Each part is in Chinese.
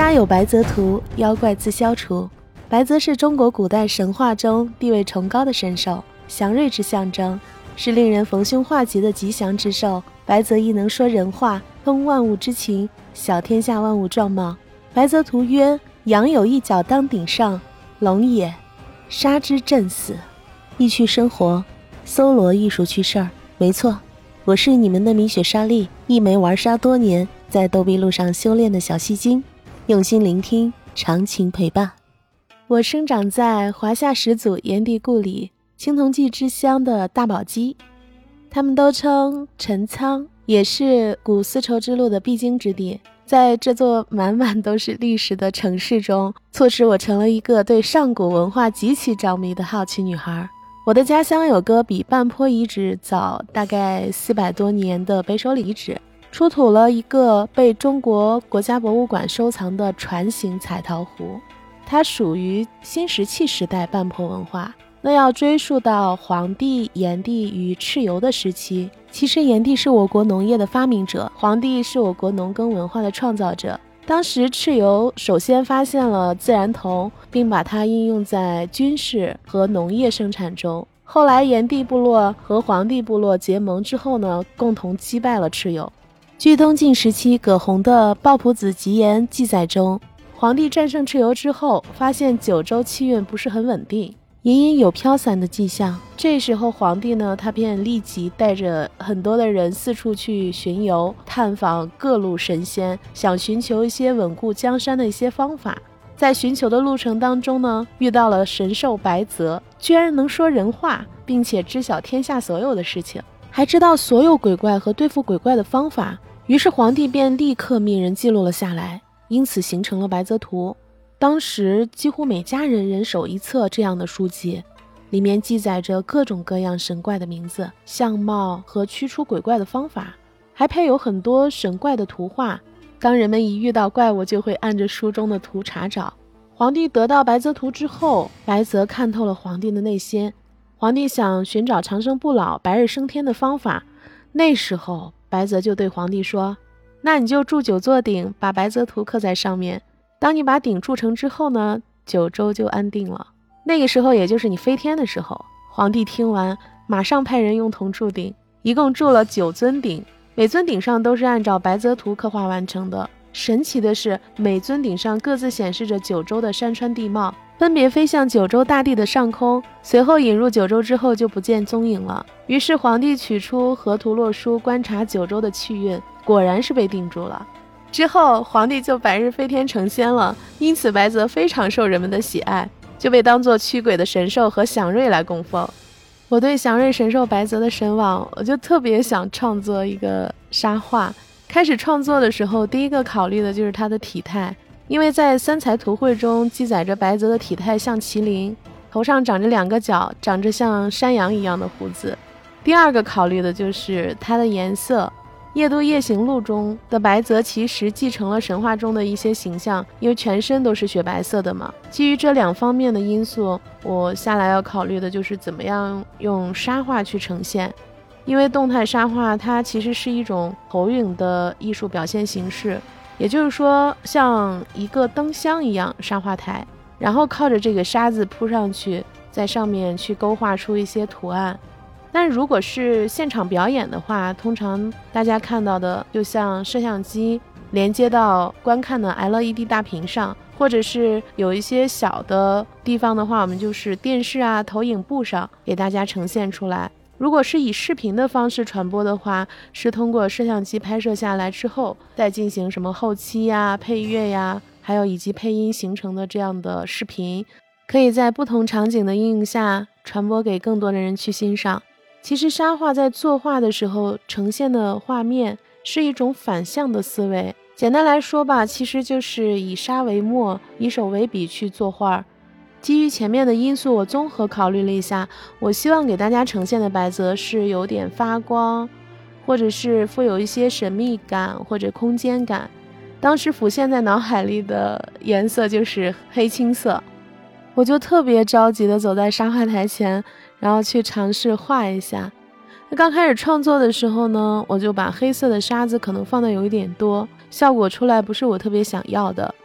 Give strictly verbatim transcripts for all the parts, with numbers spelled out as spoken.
家有白泽图，妖怪自消除。白泽是中国古代神话中地位崇高的神兽，祥瑞之象征，是令人逢凶化吉的吉祥之兽。白泽亦能说人话，通万物之情，晓天下万物状貌。白泽图曰：羊有一角当顶上，龙也，杀之震死。意趣生活，搜罗艺术趣事儿。没错，我是你们的米雪莎莉，一枚玩沙多年，在逗比路上修炼的小戏精，用心聆听，长情陪伴。我生长在华夏始祖炎帝故里青铜器之乡的大宝鸡，他们都称陈仓，也是古丝绸之路的必经之地。在这座满满都是历史的城市中，促使我成了一个对上古文化极其着迷的好奇女孩。我的家乡有个比半坡遗址早大概四百多年的北首里遗址，出土了一个被中国国家博物馆收藏的船形彩陶壶，它属于新石器时代半坡文化。那要追溯到黄帝、炎帝与蚩尤的时期。其实炎帝是我国农业的发明者，黄帝是我国农耕文化的创造者。当时蚩尤首先发现了自然铜，并把它应用在军事和农业生产中。后来炎帝部落和黄帝部落结盟之后呢，共同击败了蚩尤。据东晋时期葛洪的《抱朴子集言》记载中，黄帝战胜蚩尤之后，发现九州气运不是很稳定，隐隐有飘散的迹象。这时候皇帝呢，他便立即带着很多的人四处去巡游，探访各路神仙，想寻求一些稳固江山的一些方法。在寻求的路程当中呢，遇到了神兽白泽，居然能说人话，并且知晓天下所有的事情，还知道所有鬼怪和对付鬼怪的方法。于是皇帝便立刻命人记录了下来，因此形成了白泽图。当时几乎每家人人手一册这样的书籍，里面记载着各种各样神怪的名字、相貌和驱除鬼怪的方法，还配有很多神怪的图画。当人们一遇到怪物，就会按着书中的图查找。皇帝得到白泽图之后，白泽看透了皇帝的内心。皇帝想寻找长生不老、白日升天的方法，那时候白泽就对皇帝说：那你就铸九座鼎，把白泽图刻在上面。当你把鼎铸成之后呢，九州就安定了。那个时候也就是你飞天的时候。皇帝听完，马上派人用铜铸鼎，一共铸了九尊鼎，每尊鼎上都是按照白泽图刻画完成的。神奇的是，每尊鼎上各自显示着九州的山川地貌，分别飞向九州大地的上空，随后引入九州之后就不见踪影了。于是皇帝取出河图洛书观察九州的气运，果然是被定住了。之后皇帝就百日飞天成仙了，因此白泽非常受人们的喜爱，就被当作驱鬼的神兽和祥瑞来供奉。我对祥瑞神兽白泽的神往，我就特别想创作一个沙画。开始创作的时候，第一个考虑的就是它的体态，因为在三才图绘中记载着白泽的体态像麒麟，头上长着两个角，长着像山羊一样的胡子。第二个考虑的就是它的颜色。夜渡夜行录中的白泽其实继承了神话中的一些形象，因为全身都是雪白色的嘛。基于这两方面的因素，我下来要考虑的就是怎么样用沙画去呈现。因为动态沙画它其实是一种投影的艺术表现形式，也就是说像一个灯箱一样沙画台，然后靠着这个沙子铺上去，在上面去勾画出一些图案。但如果是现场表演的话，通常大家看到的就像摄像机连接到观看的 L E D 大屏上，或者是有一些小的地方的话，我们就是电视啊、投影布上给大家呈现出来。如果是以视频的方式传播的话，是通过摄像机拍摄下来之后，再进行什么后期呀、配乐呀，还有以及配音形成的这样的视频，可以在不同场景的应用下传播给更多的人去欣赏。其实沙画在作画的时候呈现的画面是一种反向的思维。简单来说吧，其实就是以沙为墨，以手为笔去作画。基于前面的因素，我综合考虑了一下，我希望给大家呈现的白泽是有点发光，或者是富有一些神秘感或者空间感。当时浮现在脑海里的颜色就是黑青色，我就特别着急的走在沙画台前，然后去尝试画一下。刚开始创作的时候呢，我就把黑色的沙子可能放的有一点多，效果出来不是我特别想要的。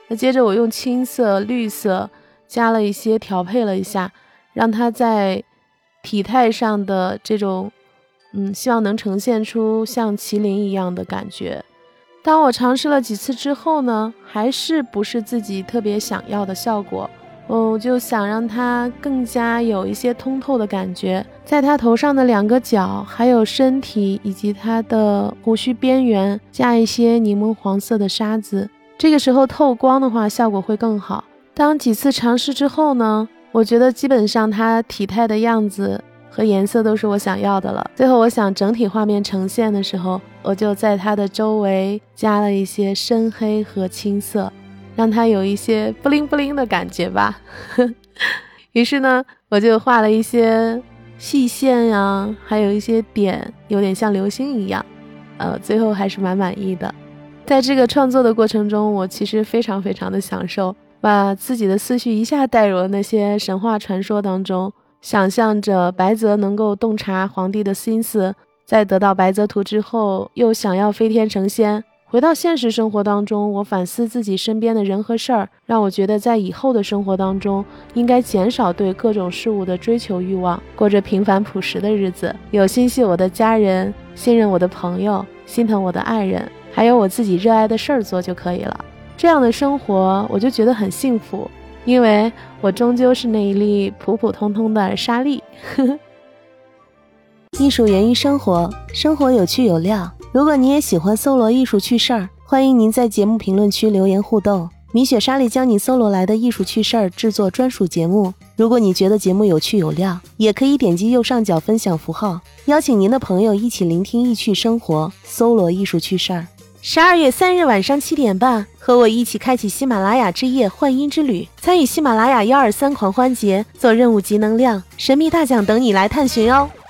那接着我用青色、绿色加了一些调配了一下，让它在体态上的这种嗯，希望能呈现出像麒麟一样的感觉。当我尝试了几次之后呢，还是不是自己特别想要的效果。我就想让它更加有一些通透的感觉，在它头上的两个角，还有身体以及它的胡须边缘加一些柠檬黄色的沙子，这个时候透光的话效果会更好。当几次尝试之后呢，我觉得基本上它体态的样子和颜色都是我想要的了。最后我想整体画面呈现的时候，我就在它的周围加了一些深黑和青色，让它有一些布灵布灵的感觉吧。于是呢，我就画了一些细线呀，还有一些点，有点像流星一样。呃，最后还是蛮满意的。在这个创作的过程中，我其实非常非常的享受，把自己的思绪一下带入了那些神话传说当中，想象着白泽能够洞察皇帝的心思，在得到白泽图之后，又想要飞天成仙。回到现实生活当中，我反思自己身边的人和事儿，让我觉得在以后的生活当中，应该减少对各种事物的追求欲望，过着平凡朴实的日子，有心系我的家人，信任我的朋友，心疼我的爱人，还有我自己热爱的事儿做就可以了。这样的生活我就觉得很幸福，因为我终究是那一粒普普通通的沙粒。 艺术源于生活，生活有趣有料。如果你也喜欢搜罗艺术趣事儿，欢迎您在节目评论区留言互动，米雪莎莉将你搜罗来的艺术趣事儿制作专属节目。如果你觉得节目有趣有料，也可以点击右上角分享符号，邀请您的朋友一起聆听艺趣生活，搜罗艺术趣事儿。十二月三日晚上七点半，和我一起开启喜马拉雅之夜幻音之旅，参与喜马拉雅幺二三狂欢节，做任务集能量，神秘大奖等你来探寻哦。